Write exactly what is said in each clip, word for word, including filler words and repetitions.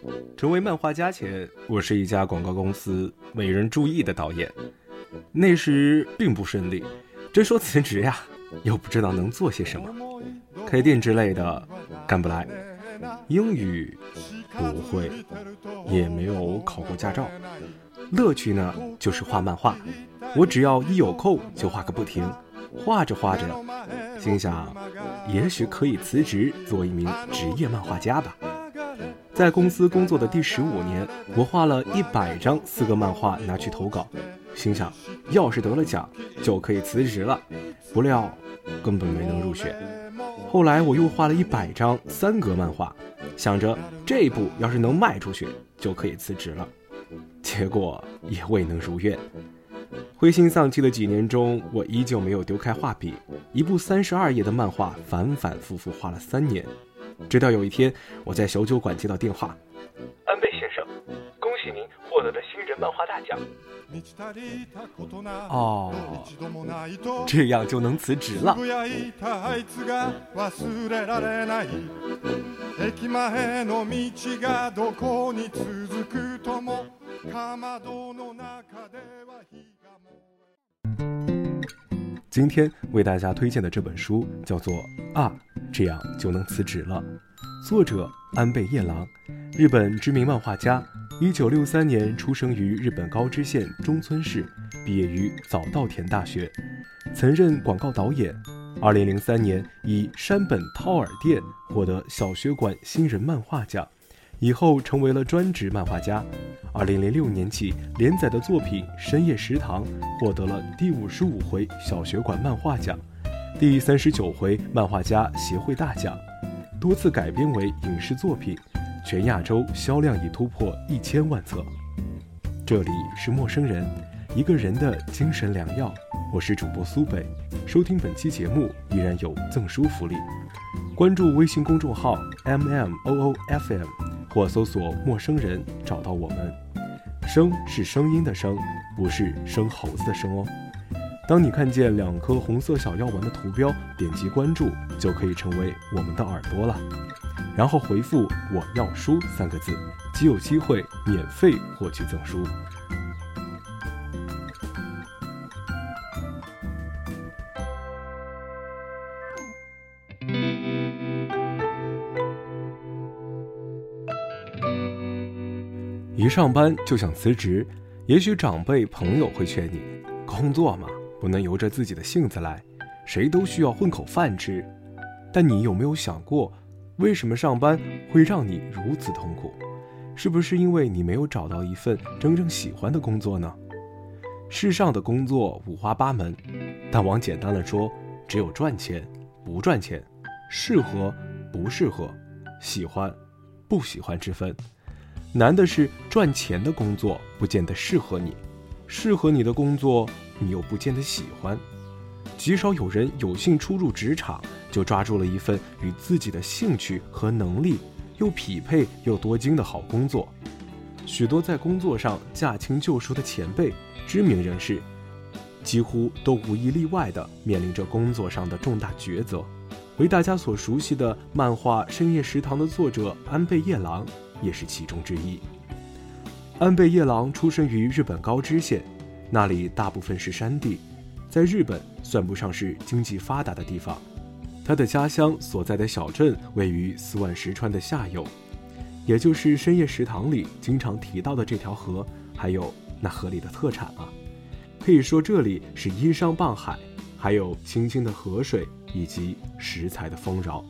成为漫画家前，我是一家广告公司没人注意的导演，那时并不顺利，真说辞职呀，又不知道能做些什么，开店之类的干不来，英语不会，也没有考过驾照。乐趣呢，就是画漫画，我只要一有空就画个不停，画着画着，心想，也许可以辞职做一名职业漫画家吧。在公司工作的第十五年，我画了一百张四格漫画拿去投稿，心想，要是得了奖，就可以辞职了。不料，根本没能入选。后来我又画了一百张三格漫画，想着这一部要是能卖出去，就可以辞职了。结果也未能如愿。灰心丧气的几年中，我依旧没有丢开画笔，一部三十二页的漫画反反复复画了三年，直到有一天，我在小酒馆接到电话，安倍先生，恭喜您获得了新人漫画大奖。哦，这样就能辞职了。今天为大家推荐的这本书叫做《啊，这样就能辞职了》，作者安倍夜郎，日本知名漫画家，一九六三年出生于日本高知县中村市，毕业于早稻田大学，曾任广告导演。二零零三年以山本掏耳店获得小学馆新人漫画奖，以后成为了专职漫画家。二零零六年起连载的作品《深夜食堂》获得了第五十五回小学馆漫画奖、第三十九回漫画家协会大奖，多次改编为影视作品，全亚洲销量已突破一千万册。这里是陌生人，一个人的精神良药。我是主播苏北，收听本期节目依然有赠书福利，关注微信公众号 M M O O F M 或搜索陌生人找到我们。声是声音的声，不是生猴子的生哦。当你看见两颗红色小药丸的图标，点击关注就可以成为我们的耳朵了，然后回复我要书三个字，即有机会免费获取赠书。一上班就想辞职，也许长辈朋友会劝你，工作嘛，不能由着自己的性子来，谁都需要混口饭吃。但你有没有想过，为什么上班会让你如此痛苦？是不是因为你没有找到一份真正喜欢的工作呢？世上的工作五花八门，但往简单了说，只有赚钱不赚钱，适合不适合，喜欢不喜欢之分。难的是赚钱的工作不见得适合你，适合你的工作你又不见得喜欢。极少有人有幸初入职场就抓住了一份与自己的兴趣和能力又匹配又多金的好工作。许多在工作上驾轻就熟的前辈、知名人士，几乎都无一例外地面临着工作上的重大抉择。为大家所熟悉的漫画《深夜食堂》的作者安倍夜郎也是其中之一。安倍夜郎出生于日本高知县，那里大部分是山地，在日本算不上是经济发达的地方。他的家乡所在的小镇位于四万石川的下游，也就是深夜食堂里经常提到的这条河，还有那河里的特产啊。可以说这里是依山傍海，还有清清的河水以及食材的丰饶。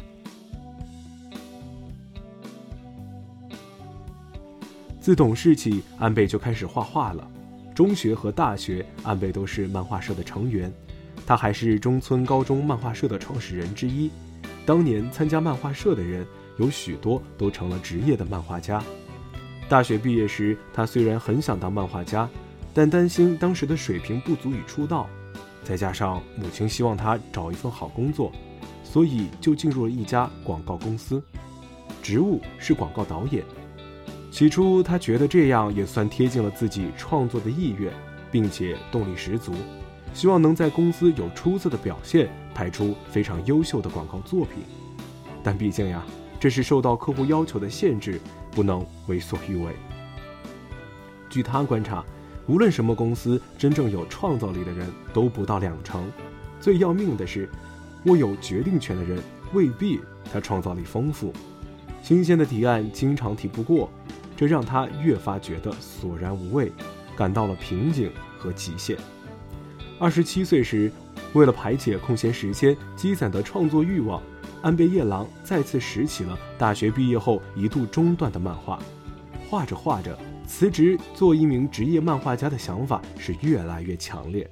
自懂事起，安倍就开始画画了。中学和大学，安倍都是漫画社的成员，他还是中村高中漫画社的创始人之一。当年参加漫画社的人，有许多都成了职业的漫画家。大学毕业时，他虽然很想当漫画家，但担心当时的水平不足以出道，再加上母亲希望他找一份好工作，所以就进入了一家广告公司，职务是广告导演。起初他觉得这样也算贴近了自己创作的意愿，并且动力十足，希望能在公司有出色的表现，拍出非常优秀的广告作品。但毕竟呀，这是受到客户要求的限制， 不能为所欲为。据他观察，无论什么公司，真正有创造力的人都不到两成。最要命的是，握有决定权的人未必他创造力丰富，新鲜的提案经常提不过，这让他越发觉得索然无味，感到了瓶颈和极限。二十七岁时，为了排解空闲时间积攒的创作欲望，安倍夜郎再次拾起了大学毕业后一度中断的漫画。画着画着，辞职做一名职业漫画家的想法是越来越强烈。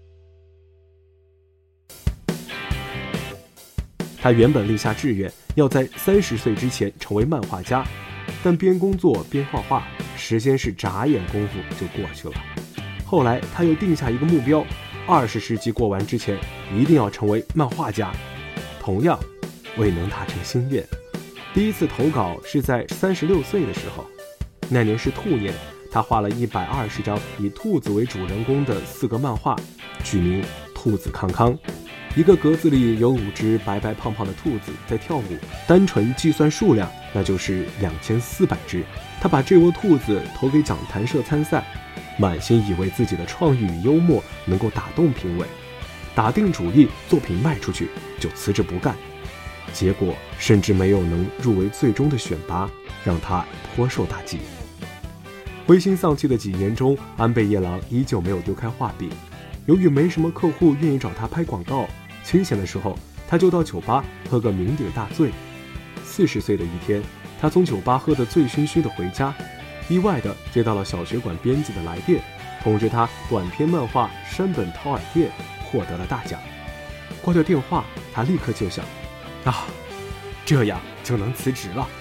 他原本立下志愿，要在三十岁之前成为漫画家，但边工作边画画，时间是眨眼功夫就过去了。后来他又定下一个目标，二十世纪过完之前一定要成为漫画家，同样未能达成心愿。第一次投稿是在三十六岁的时候，那年是兔年，他画了一百二十张以兔子为主人公的四个漫画，取名兔子康康。一个格子里有五只白白胖胖的兔子在跳舞，单纯计算数量，那就是两千四百只。他把这窝兔子投给讲坛社参赛，满心以为自己的创意与幽默能够打动评委，打定主意作品卖出去就辞职不干，结果甚至没有能入围最终的选拔，让他颇受打击。灰心丧气的几年中，安倍夜郎依旧没有丢开画笔。由于没什么客户愿意找他拍广告，清闲的时候他就到酒吧喝个酩酊大醉。四十岁的一天，他从酒吧喝得醉醺醺的回家，意外地接到了小学馆编辑的来电，通知他短篇漫画《山本桃尔店》获得了大奖。挂掉电话，他立刻就想，啊，这样就能辞职了。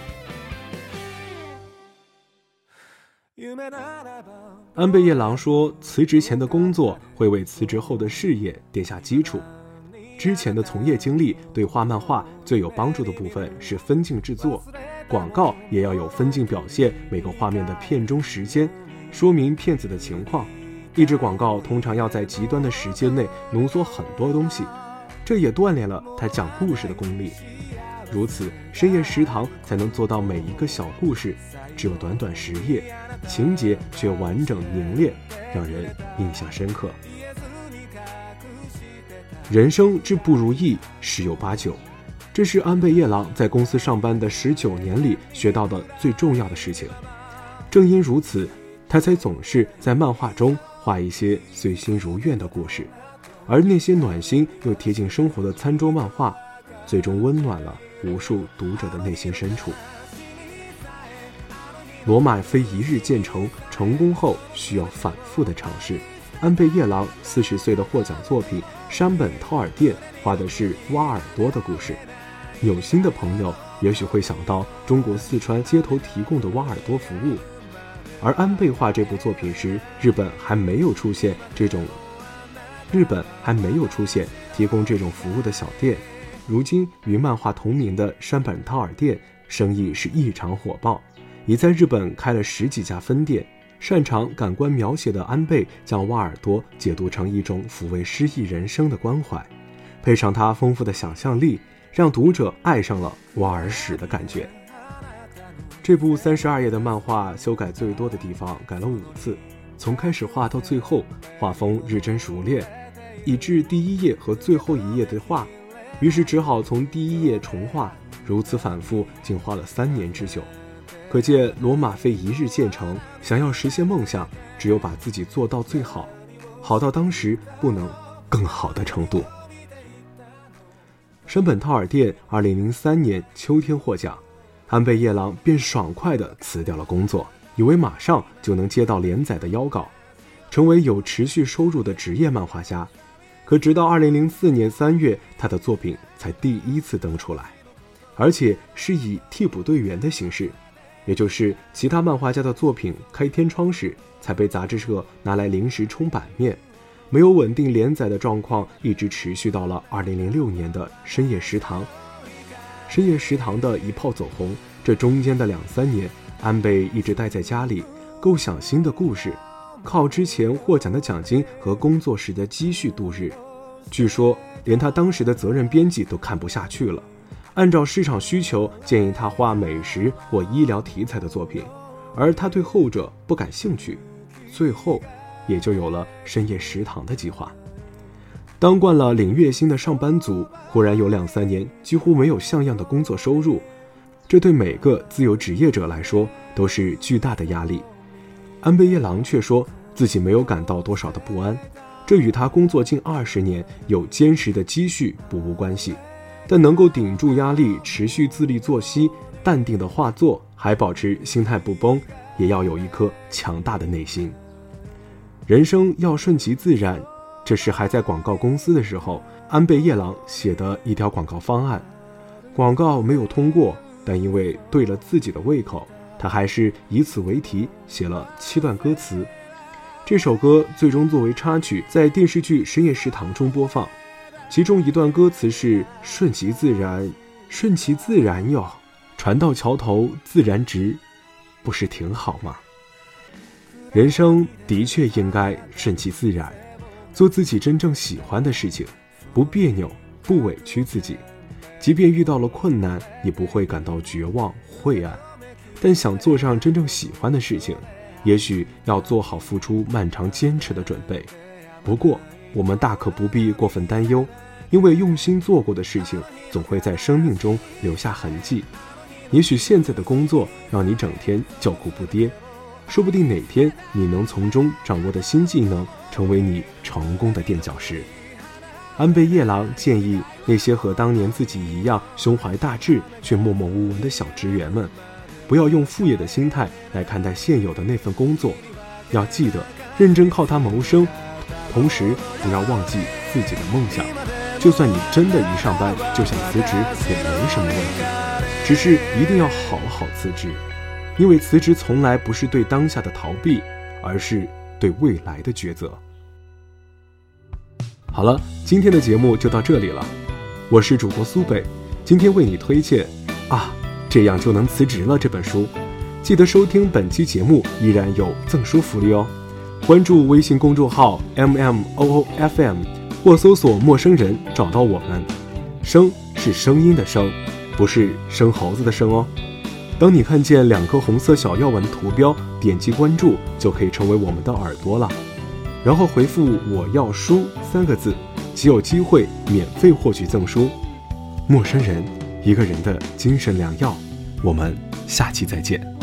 安倍夜郎说，辞职前的工作会为辞职后的事业奠下基础。之前的从业经历对画漫画最有帮助的部分是分镜制作，广告也要有分镜表现每个画面的片中时间，说明片子的情况。一支广告通常要在极端的时间内浓缩很多东西，这也锻炼了他讲故事的功力。如此，深夜食堂才能做到每一个小故事只有短短十页，情节却完整凝练，让人印象深刻。人生之不如意十有八九，这是安倍夜郎在公司上班的十九年里学到的最重要的事情。正因如此，他才总是在漫画中画一些随心如愿的故事，而那些暖心又贴近生活的餐桌漫画，最终温暖了无数读者的内心深处。罗马非一日建成，成功后需要反复的尝试。安倍夜郎四十岁的获奖作品《山本桃尔店》画的是挖耳朵的故事。有心的朋友也许会想到中国四川街头提供的挖耳朵服务，而安倍画这部作品时，日本还没有出现这种日本还没有出现提供这种服务的小店。如今与漫画同名的山本桃尔店生意是异常火爆，已在日本开了十几家分店。擅长感官描写的安倍将挖耳朵解读成一种抚慰失意人生的关怀，配上他丰富的想象力，让读者爱上了挖耳屎的感觉。这部三十二页的漫画修改最多的地方改了五次，从开始画到最后，画风日臻熟练，以致第一页和最后一页的画，于是只好从第一页重画，如此反复，竟花了三年之久。可见罗马非一日建成，想要实现梦想，只有把自己做到最好，好到当时不能更好的程度。山本桃尔店二零零三年秋天获奖，安倍夜郎便爽快地辞掉了工作，以为马上就能接到连载的邀稿，成为有持续收入的职业漫画家。可直到二零零四年三月，他的作品才第一次登出来，而且是以替补队员的形式，也就是其他漫画家的作品开天窗时才被杂志社拿来临时冲版面，没有稳定连载的状况一直持续到了二零零六年的深夜食堂。深夜食堂的一炮走红，这中间的两三年，安倍一直待在家里构想新的故事，靠之前获奖的奖金和工作时的积蓄度日。据说连他当时的责任编辑都看不下去了， 按照市场需求建议他画美食或医疗题材的作品，而他对后者不感兴趣，最后也就有了深夜食堂的计划。当惯了领月薪的上班族，忽然有两三年几乎没有像样的工作收入，这对每个自由职业者来说都是巨大的压力。安倍夜郎却说自己没有感到多少的不安，这与他工作近二十年有坚实的积蓄不无关系，但能够顶住压力，持续自律作息，淡定的画作，还保持心态不崩，也要有一颗强大的内心。人生要顺其自然，这是还在广告公司的时候，安倍夜郎写的一条广告方案。广告没有通过，但因为对了自己的胃口，他还是以此为题写了七段歌词。这首歌最终作为插曲在电视剧《深夜食堂》中播放，其中一段歌词是顺其自然，顺其自然哟，船到桥头自然直，不是挺好吗？人生的确应该顺其自然，做自己真正喜欢的事情，不别扭，不委屈自己，即便遇到了困难，也不会感到绝望晦暗。但想做上真正喜欢的事情，也许要做好付出漫长坚持的准备。不过我们大可不必过分担忧，因为用心做过的事情总会在生命中留下痕迹。也许现在的工作让你整天叫苦不迭，说不定哪天你能从中掌握的新技能成为你成功的垫脚石。安倍夜郎建议那些和当年自己一样胸怀大志却默默无闻的小职员们，不要用副业的心态来看待现有的那份工作，要记得认真靠它谋生，同时不要忘记自己的梦想。就算你真的一上班就想辞职也没什么问题，只是一定要好好辞职，因为辞职从来不是对当下的逃避，而是对未来的抉择。好了，今天的节目就到这里了，我是主播苏北，今天为你推荐啊这样就能辞职了这本书。记得收听本期节目，依然有赠书福利哦。关注微信公众号 M M O O F M 或搜索陌生人找到我们。声是声音的声，不是生猴子的生哦。当你看见两颗红色小药丸的图标，点击关注就可以成为我们的耳朵了，然后回复我要书三个字，即有机会免费获取赠书。陌生人，一个人的精神良药，我们下期再见。